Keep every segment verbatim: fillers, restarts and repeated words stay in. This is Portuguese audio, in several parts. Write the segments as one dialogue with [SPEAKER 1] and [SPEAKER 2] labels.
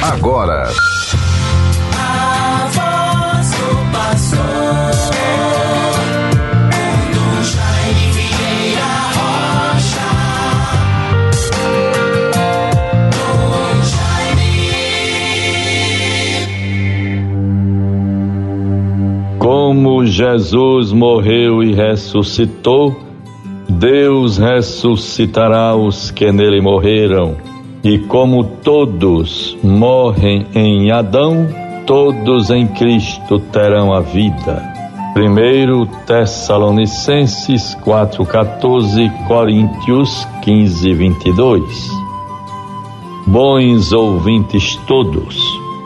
[SPEAKER 1] agora.
[SPEAKER 2] A voz do pastor, do Jaime Vieira Rocha, do Jaime.
[SPEAKER 3] Como Jesus morreu e ressuscitou, Deus ressuscitará os que nele morreram. E como todos morrem em Adão, todos em Cristo terão a vida. Primeiro Tessalonicenses quatro, quatorze, Coríntios quinze, vinte e dois. Bons ouvintes todos,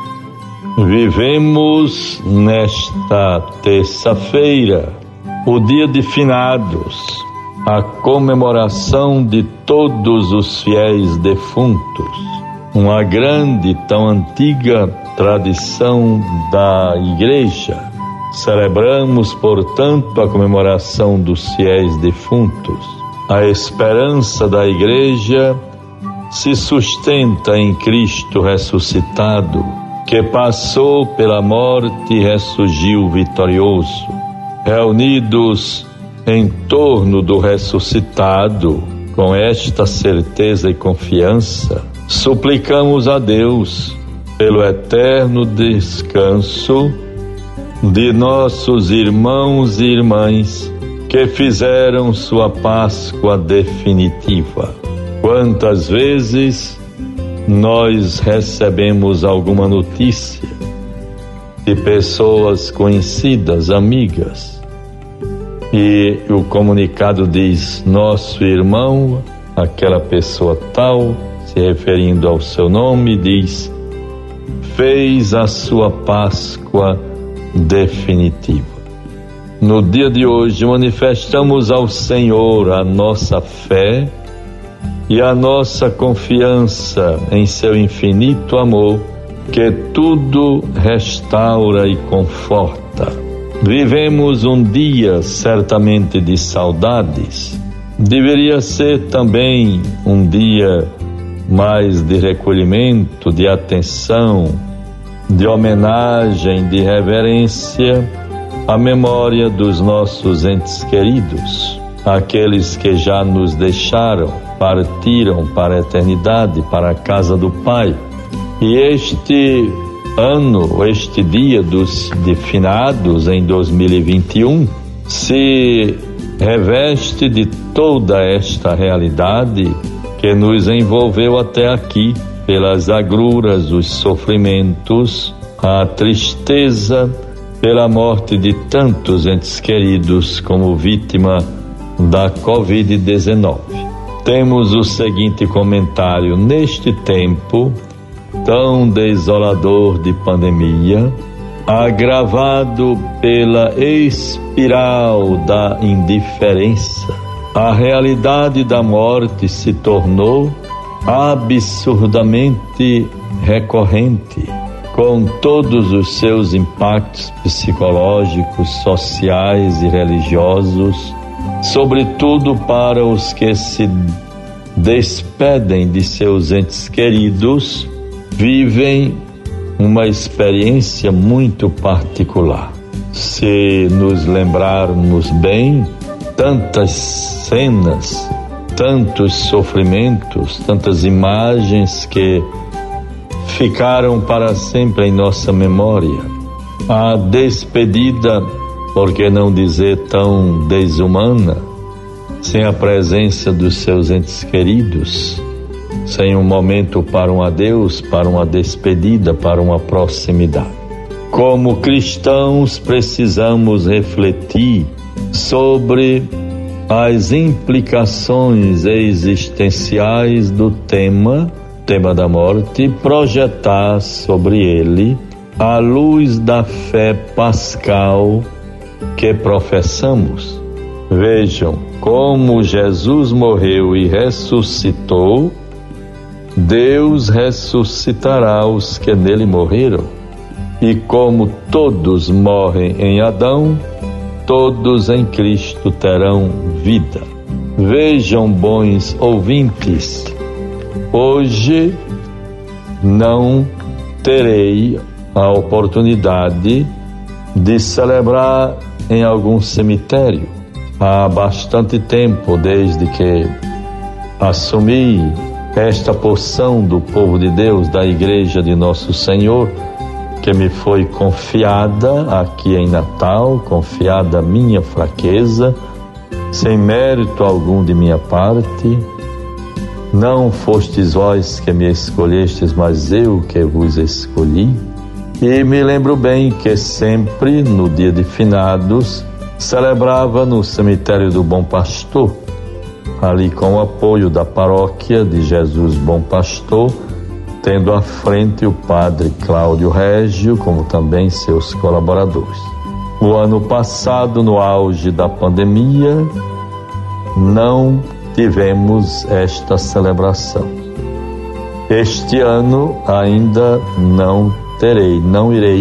[SPEAKER 3] vivemos nesta terça-feira o dia de finados, a comemoração de todos os fiéis defuntos, uma grande, tão antiga tradição da Igreja. Celebramos, portanto, a comemoração dos fiéis defuntos. A esperança da Igreja se sustenta em Cristo ressuscitado, que passou pela morte e ressurgiu vitorioso. Reunidos em torno do ressuscitado, com esta certeza e confiança, suplicamos a Deus pelo eterno descanso de nossos irmãos e irmãs que fizeram sua Páscoa definitiva. Quantas vezes nós recebemos alguma notícia de pessoas conhecidas, amigas, e o comunicado diz: nosso irmão, aquela pessoa tal, se referindo ao seu nome, diz, fez a sua Páscoa definitiva. No dia de hoje manifestamos ao Senhor a nossa fé e a nossa confiança em seu infinito amor, que tudo restaura e conforta. Vivemos um dia certamente de saudades. Deveria ser também um dia mais de recolhimento, de atenção, de homenagem, de reverência à memória dos nossos entes queridos, aqueles que já nos deixaram, partiram para a eternidade, para a casa do Pai. E este ano, este dia dos de finados em dois mil e vinte e um, se reveste de toda esta realidade que nos envolveu até aqui, pelas agruras, os sofrimentos, a tristeza, pela morte de tantos entes queridos como vítima da covid dezenove. Temos o seguinte comentário: neste tempo tão desolador de pandemia, agravado pela espiral da indiferença, a realidade da morte se tornou absurdamente recorrente, com todos os seus impactos psicológicos, sociais e religiosos, sobretudo para os que se despedem de seus entes queridos, vivem uma experiência muito particular. Se nos lembrarmos bem, tantas cenas, tantos sofrimentos, tantas imagens que ficaram para sempre em nossa memória. A despedida, por que não dizer tão desumana, sem a presença dos seus entes queridos, sem um momento para um adeus, para uma despedida, para uma proximidade. Como cristãos, precisamos refletir sobre as implicações existenciais do tema, tema da morte, e projetar sobre ele a luz da fé pascal que professamos. Vejam, como Jesus morreu e ressuscitou, Deus ressuscitará os que nele morreram. E como todos morrem em Adão, todos em Cristo terão vida. Vejam, bons ouvintes, hoje não terei a oportunidade de celebrar em algum cemitério. Há bastante tempo, desde que assumi esta porção do povo de Deus, da Igreja de Nosso Senhor, que me foi confiada aqui em Natal, confiada a minha fraqueza, sem mérito algum de minha parte. Não fostes vós que me escolhestes, mas eu que vos escolhi. E me lembro bem que sempre, no dia de finados, celebrava no cemitério do Bom Pastor, ali com o apoio da paróquia de Jesus Bom Pastor, tendo à frente o padre Cláudio Régio, como também seus colaboradores. O ano passado, no auge da pandemia, não tivemos esta celebração. Este ano ainda não terei, não irei.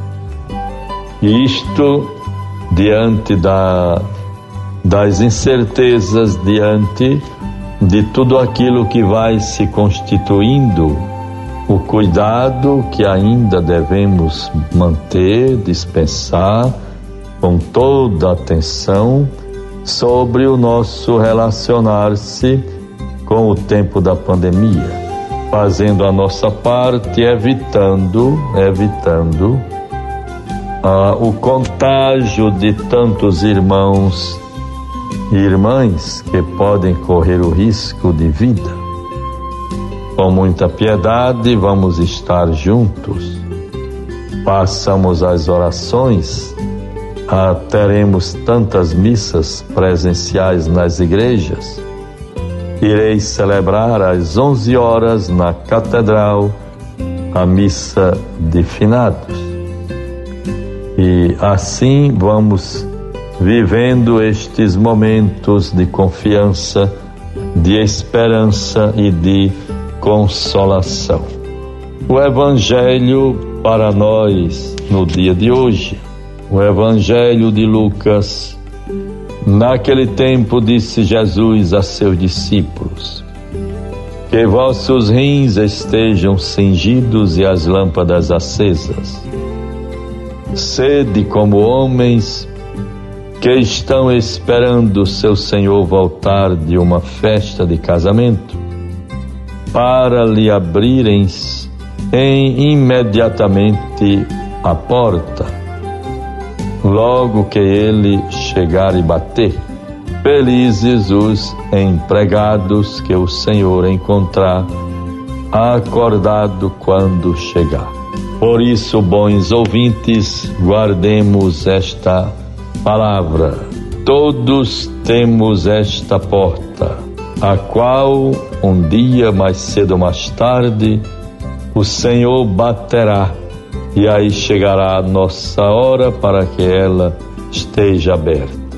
[SPEAKER 3] Isto diante da, das incertezas, diante de tudo aquilo que vai se constituindo, o cuidado que ainda devemos manter, dispensar com toda atenção sobre o nosso relacionar-se com o tempo da pandemia, fazendo a nossa parte, evitando, evitando ah, o contágio de tantos irmãos e irmãs que podem correr o risco de vida. Com muita piedade, vamos estar juntos. Passamos as orações. Ah, teremos tantas missas presenciais nas igrejas. Irei celebrar às onze horas na Catedral a missa de finados. E assim vamos vivendo estes momentos de confiança, de esperança e de consolação. O Evangelho para nós no dia de hoje, o Evangelho de Lucas. Naquele tempo disse Jesus a seus discípulos: que vossos rins estejam cingidos e as lâmpadas acesas. Sede como homens que estão esperando seu Senhor voltar de uma festa de casamento, para lhe abrirem em imediatamente a porta, logo que ele chegar e bater. Felizes os empregados que o Senhor encontrar acordado quando chegar. Por isso, bons ouvintes, guardemos esta palavra. Todos temos esta porta, a qual um dia, mais cedo ou mais tarde, o Senhor baterá, e aí chegará a nossa hora para que ela esteja aberta.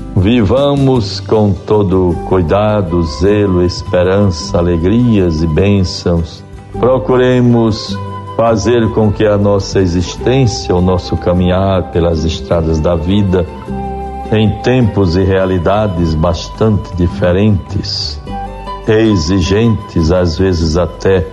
[SPEAKER 3] Vivamos com todo cuidado, zelo, esperança, alegrias e bênçãos. Procuremos fazer com que a nossa existência, o nosso caminhar pelas estradas da vida, em tempos e realidades bastante diferentes, exigentes, às vezes até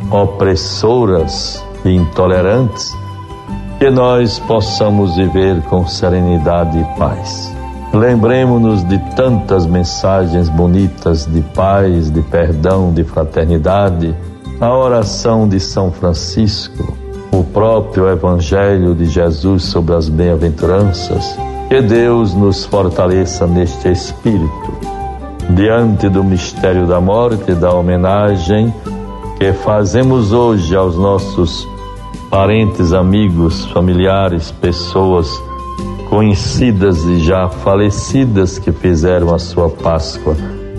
[SPEAKER 3] opressoras e intolerantes, que nós possamos viver com serenidade e paz. Lembremos-nos de tantas mensagens bonitas de paz, de perdão, de fraternidade, a oração de São Francisco, o próprio Evangelho de Jesus sobre as bem-aventuranças. Que Deus nos fortaleça neste espírito, diante do mistério da morte e da homenagem que fazemos hoje aos nossos parentes, amigos, familiares, pessoas conhecidas e já falecidas que fizeram a sua Páscoa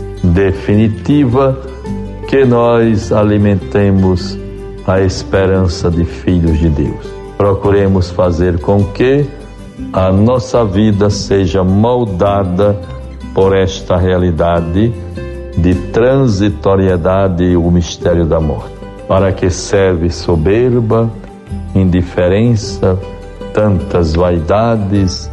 [SPEAKER 3] definitiva. Que nós alimentemos a esperança de filhos de Deus. Procuremos fazer com que a nossa vida seja moldada por esta realidade de transitoriedade e o mistério da morte. Para que serve soberba, indiferença, tantas vaidades,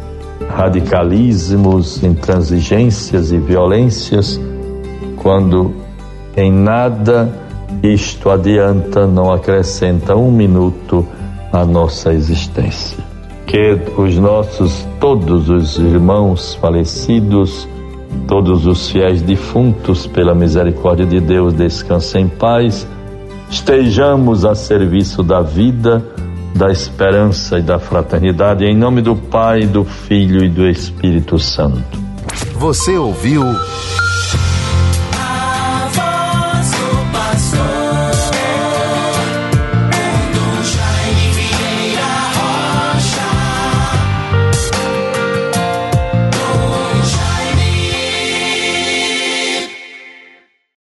[SPEAKER 3] radicalismos, intransigências e violências, quando em nada isto adianta, não acrescenta um minuto à nossa existência. Que os nossos, todos os irmãos falecidos, todos os fiéis defuntos, pela misericórdia de Deus, descansem em paz, estejamos a serviço da vida, da esperança e da fraternidade, em nome do Pai, do Filho e do Espírito Santo.
[SPEAKER 1] Você ouviu